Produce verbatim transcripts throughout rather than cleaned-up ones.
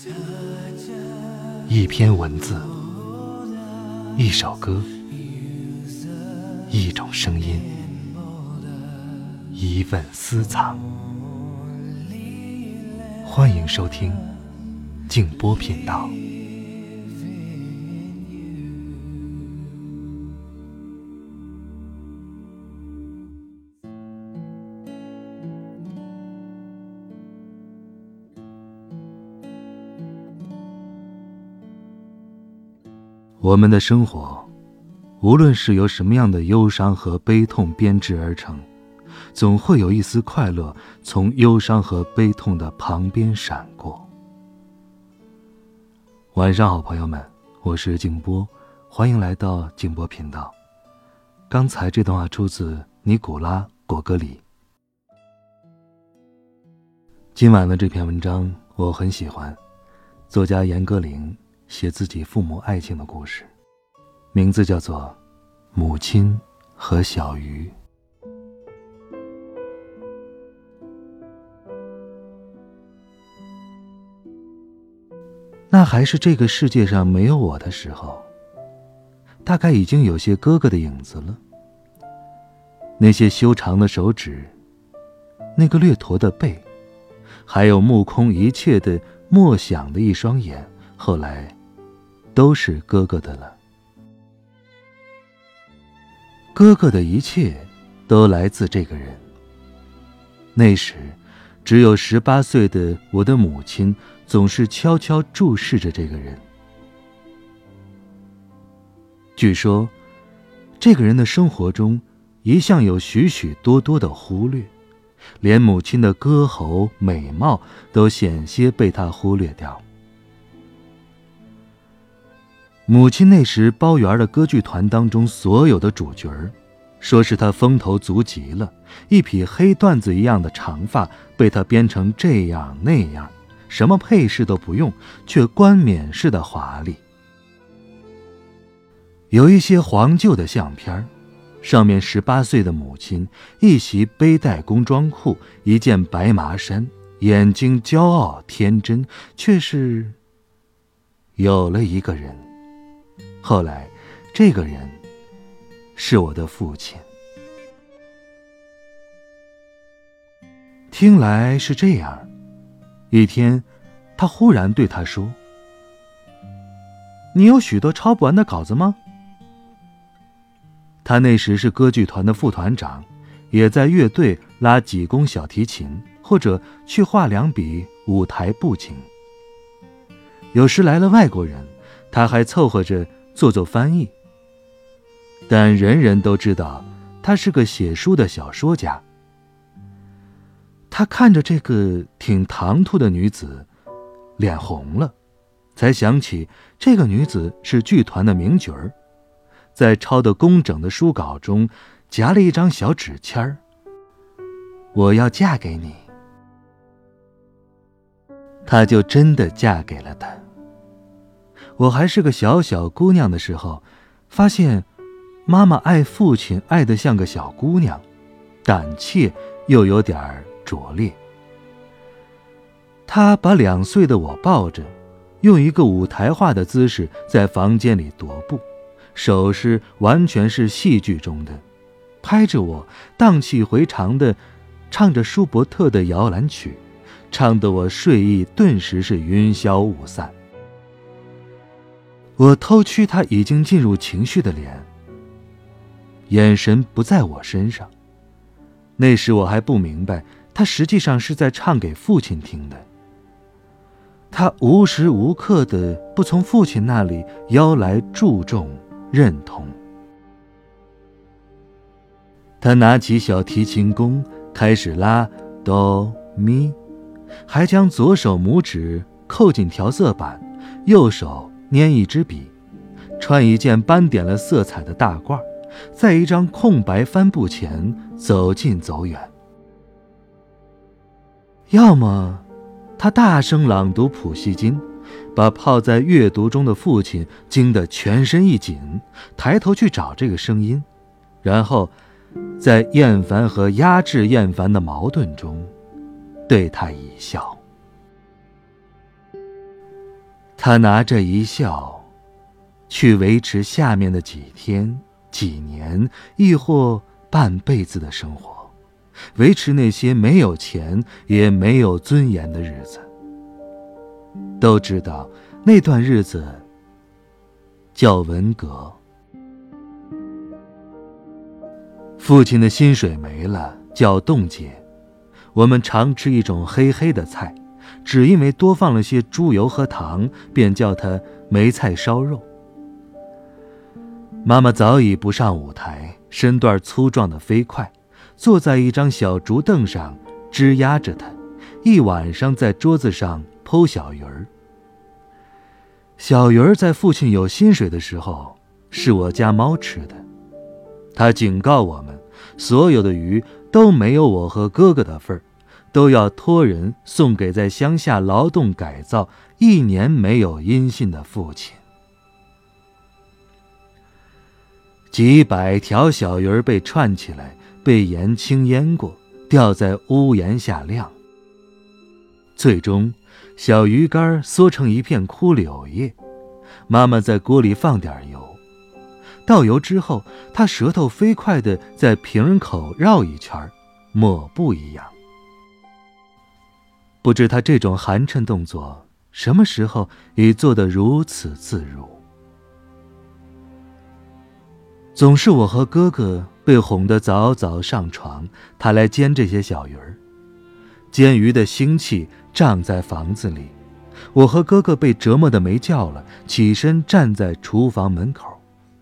一篇文字，一首歌，一种声音，一份私藏。欢迎收听静波频道。我们的生活，无论是由什么样的忧伤和悲痛编织而成，总会有一丝快乐从忧伤和悲痛的旁边闪过。晚上好，朋友们，我是静波，欢迎来到静波频道。刚才这段话出自尼古拉·果戈里。今晚的这篇文章我很喜欢，作家严歌苓写自己父母爱情的故事，名字叫做《母亲和小鱼》。那还是这个世界上没有我的时候，大概已经有些哥哥的影子了。那些修长的手指，那个略驼的背，还有目空一切的默想的一双眼，后来都是哥哥的了。哥哥的一切都来自这个人。那时只有十八岁的我的母亲总是悄悄注视着这个人。据说这个人的生活中一向有许许多多的忽略，连母亲的歌喉美貌都险些被他忽略掉。母亲那时包圆的歌剧团当中所有的主角儿，说是他风头足极了，一匹黑缎子一样的长发被他编成这样那样，什么配饰都不用，却冠冕式的华丽。有一些黄旧的相片，上面十八岁的母亲一袭背带工装裤，一件白麻衫，眼睛骄傲天真，却是有了一个人。后来这个人是我的父亲。听来是这样，一天他忽然对他说：你有许多抄不完的稿子吗？他那时是歌剧团的副团长，也在乐队拉几弓小提琴，或者去画两笔舞台布景。有时来了外国人，他还凑合着做做翻译。但人人都知道他是个写书的小说家。他看着这个挺唐突的女子，脸红了，才想起这个女子是剧团的名角儿，在抄得工整的书稿中夹了一张小纸签儿：我要嫁给你。她就真的嫁给了他。我还是个小小姑娘的时候，发现妈妈爱父亲爱得像个小姑娘，胆怯又有点拙劣。她把两岁的我抱着，用一个舞台化的姿势在房间里踱步，手势完全是戏剧中的，拍着我荡气回肠地唱着舒伯特的摇篮曲，唱得我睡意顿时是云消雾散。我偷觑他已经进入情绪的脸，眼神不在我身上。那时我还不明白，他实际上是在唱给父亲听的。他无时无刻的不从父亲那里邀来注重认同。他拿起小提琴弓，开始拉哆咪，还将左手拇指扣进调色板，右手拈一支笔，穿一件斑点了色彩的大褂，在一张空白帆布前走近走远。要么他大声朗读普希金，把泡在阅读中的父亲惊得全身一紧，抬头去找这个声音，然后在厌烦和压制厌烦的矛盾中对他一笑。 他拿着一笑，去维持下面的几天、几年，亦或半辈子的生活，维持那些没有钱也没有尊严的日子。都知道那段日子叫文革。父亲的薪水没了，叫冻结。我们常吃一种黑黑的菜，只因为多放了些猪油和糖，便叫它梅菜烧肉。妈妈早已不上舞台，身段粗壮的飞快，坐在一张小竹凳上支压着它，一晚上在桌子上剖小鱼儿。小鱼儿在父亲有薪水的时候是我家猫吃的，他警告我们，所有的鱼都没有我和哥哥的份儿，都要托人送给在乡下劳动改造一年没有音信的父亲。几百条小鱼儿被串起来，被盐轻腌过，吊在屋檐下晾。最终小鱼干缩成一片枯柳叶，妈妈在锅里放点油，倒油之后，她舌头飞快地在瓶口绕一圈，抹布一样。不知她这种寒碜动作什么时候已做得如此自如。总是我和哥哥被哄得早早上床，他来煎这些小鱼儿。煎鱼的腥气胀在房子里，我和哥哥被折磨得没觉了，起身站在厨房门口。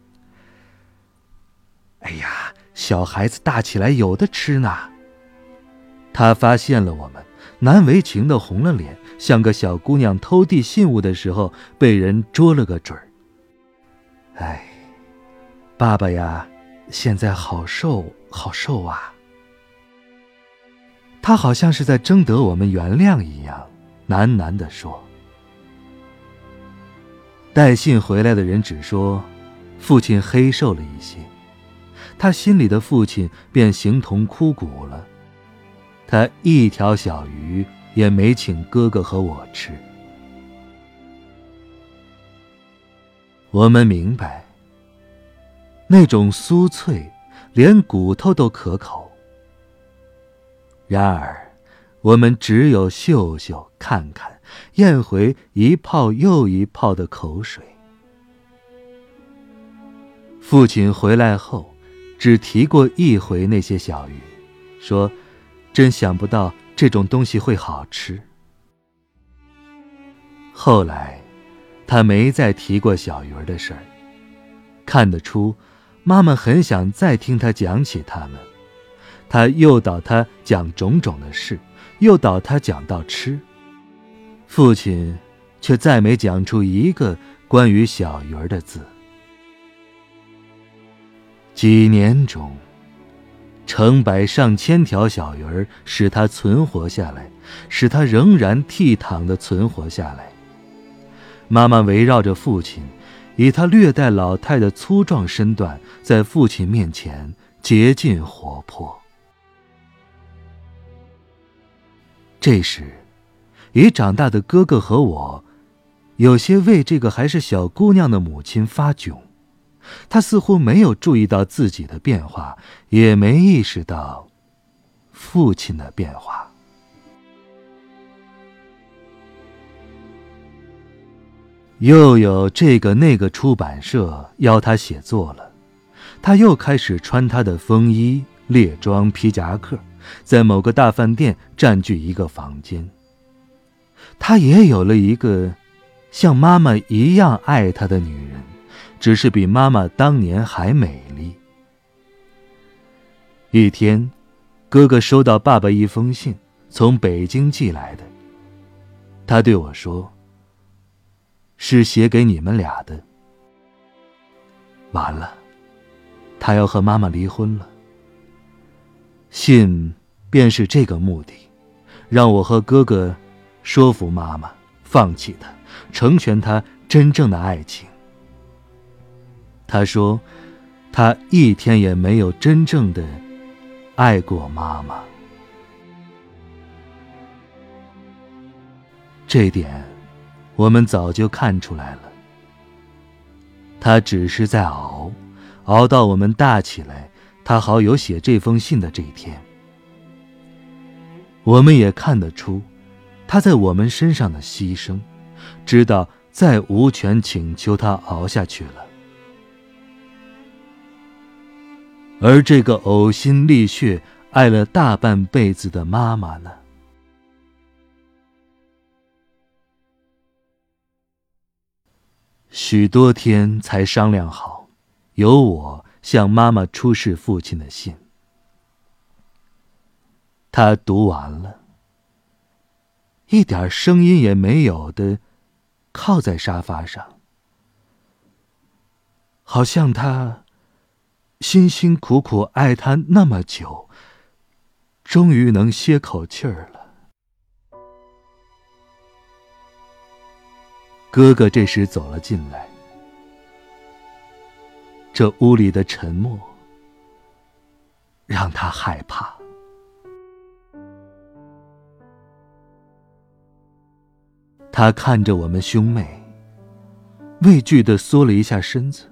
哎呀，小孩子大起来有的吃呢。他发现了我们，难为情地红了脸，像个小姑娘偷递信物的时候被人捉了个准儿。哎，爸爸呀，现在好瘦好瘦啊。他好像是在征得我们原谅一样，喃喃地说。带信回来的人只说父亲黑瘦了一些，他心里的父亲便形同枯骨了。他一条小鱼也没请哥哥和我吃。我们明白，那种酥脆连骨头都可口。然而我们只有嗅嗅看看，咽回一泡又一泡的口水。父亲回来后只提过一回那些小鱼，说真想不到这种东西会好吃。后来他没再提过小鱼儿的事儿，看得出妈妈很想再听他讲起他们。他诱导他讲种种的事，诱导他讲到吃，父亲却再没讲出一个关于小鱼儿的字。几年中，成百上千条小鱼儿使他存活下来，使他仍然倜傥地存活下来。妈妈围绕着父亲，以他略带老态的粗壮身段，在父亲面前竭尽活泼。这时，已长大的哥哥和我，有些为这个还是小姑娘的母亲发窘。他似乎没有注意到自己的变化，也没意识到父亲的变化。又有这个那个出版社要他写作了，他又开始穿他的风衣、猎装、皮夹克，在某个大饭店占据一个房间。他也有了一个像妈妈一样爱他的女人，只是比妈妈当年还美丽。一天，哥哥收到爸爸一封信，从北京寄来的。他对我说，是写给你们俩的。完了，他要和妈妈离婚了。信便是这个目的，让我和哥哥说服妈妈放弃他，成全他真正的爱情。他说他一天也没有真正的爱过妈妈。这点我们早就看出来了。他只是在熬，熬到我们大起来，他好有写这封信的这一天。我们也看得出他在我们身上的牺牲，知道再无权请求他熬下去了。而这个呕心沥血爱了大半辈子的妈妈呢？许多天才商量好，由我向妈妈出示父亲的信。她读完了，一点声音也没有的靠在沙发上，好像他辛辛苦苦爱他那么久，终于能歇口气儿了。哥哥这时走了进来，这屋里的沉默让他害怕。他看着我们兄妹，畏惧地缩了一下身子。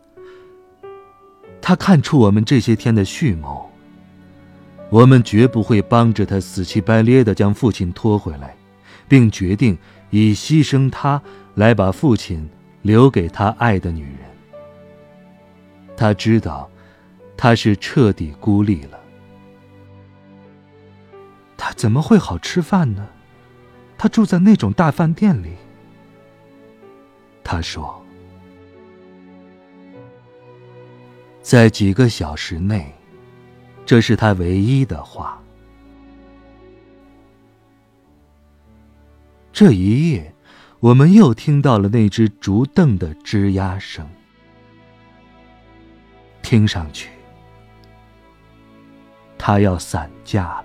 他看出我们这些天的蓄谋，我们绝不会帮着他死乞白咧地将父亲拖回来，并决定以牺牲他来把父亲留给他爱的女人。他知道他是彻底孤立了。他怎么会好吃饭呢？他住在那种大饭店里。他说，在几个小时内，这是他唯一的话。这一夜，我们又听到了那只竹凳的吱呀声，听上去，他要散架了。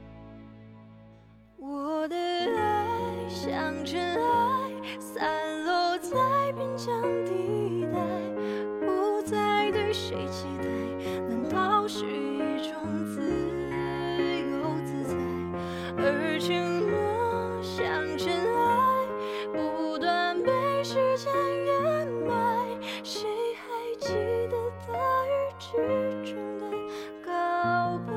我的爱像尘埃，散落在边疆地带，不再对谁期待，难道是一种自由自在？而承诺像尘埃，不断被时间掩埋，谁还记得大雨之中的告白？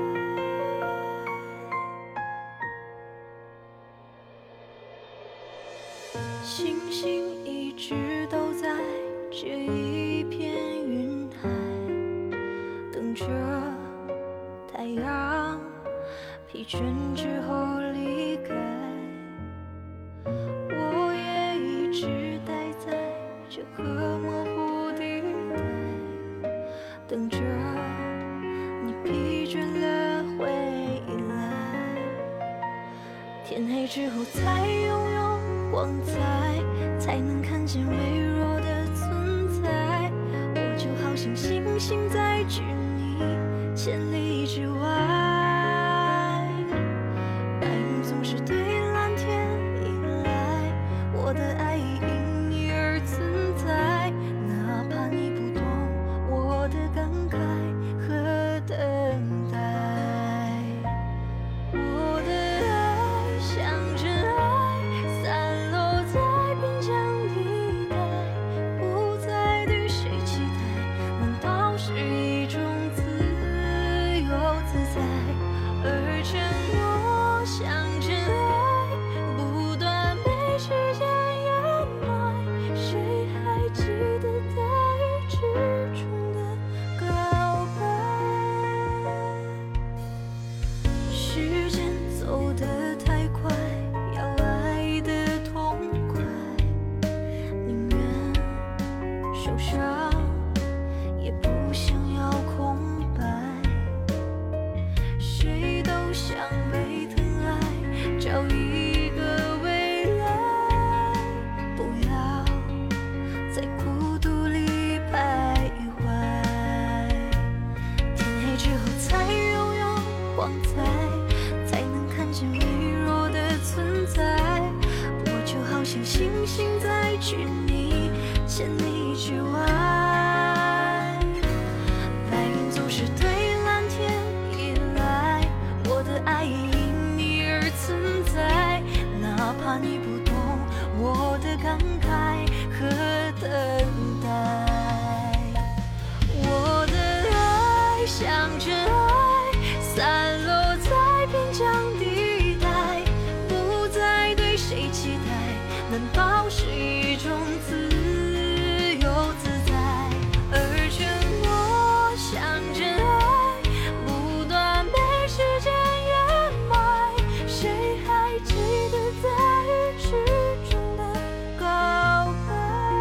星星一直都在这一片云海，等着太阳疲倦之后离开。我也一直待在这个模糊地带，等着你疲倦了回来。天黑之后才拥有光彩，才能看见微弱的存在。我就好像星星在距你千里之外，白云总是对蓝天依赖，我的爱因你而存在，哪怕你不懂我的感慨和等待。我的爱像尘埃，散落在边疆地带，不再对谁期待，难道是一种自由自在？而承诺像尘埃，不断被时间掩埋，谁还记得大雨之中的告白？时间走得太快，要爱得痛快，宁愿受伤，也不想要空白。谁都想被疼爱，找一个未来，不要在孤独里徘徊。天黑之后才拥有光彩，才能看见微弱的存在。我就好像星星在距你千里之外，白云总是对蓝天依赖，我的爱因你而存在，哪怕你不懂我的感慨和等待。我的爱像尘埃，散落在边疆地带，不再对谁期待，能保持一种自由自在。而承诺像尘埃，不断被时间掩埋，谁还记得在雨之中的告白？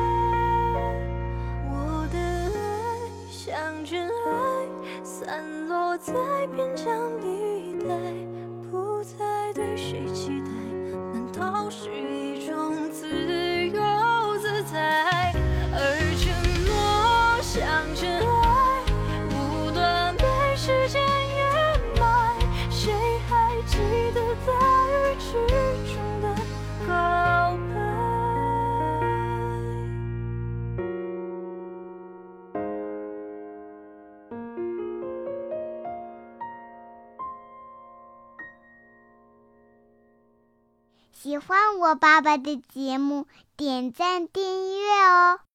我的爱像尘埃，散落在边疆地带，不再对谁期待，难道是一种自由自在？而承诺像尘埃，不断被时间掩埋，谁还记得在雨之中的告白？ 喜欢我爸爸的节目，点赞订阅哦。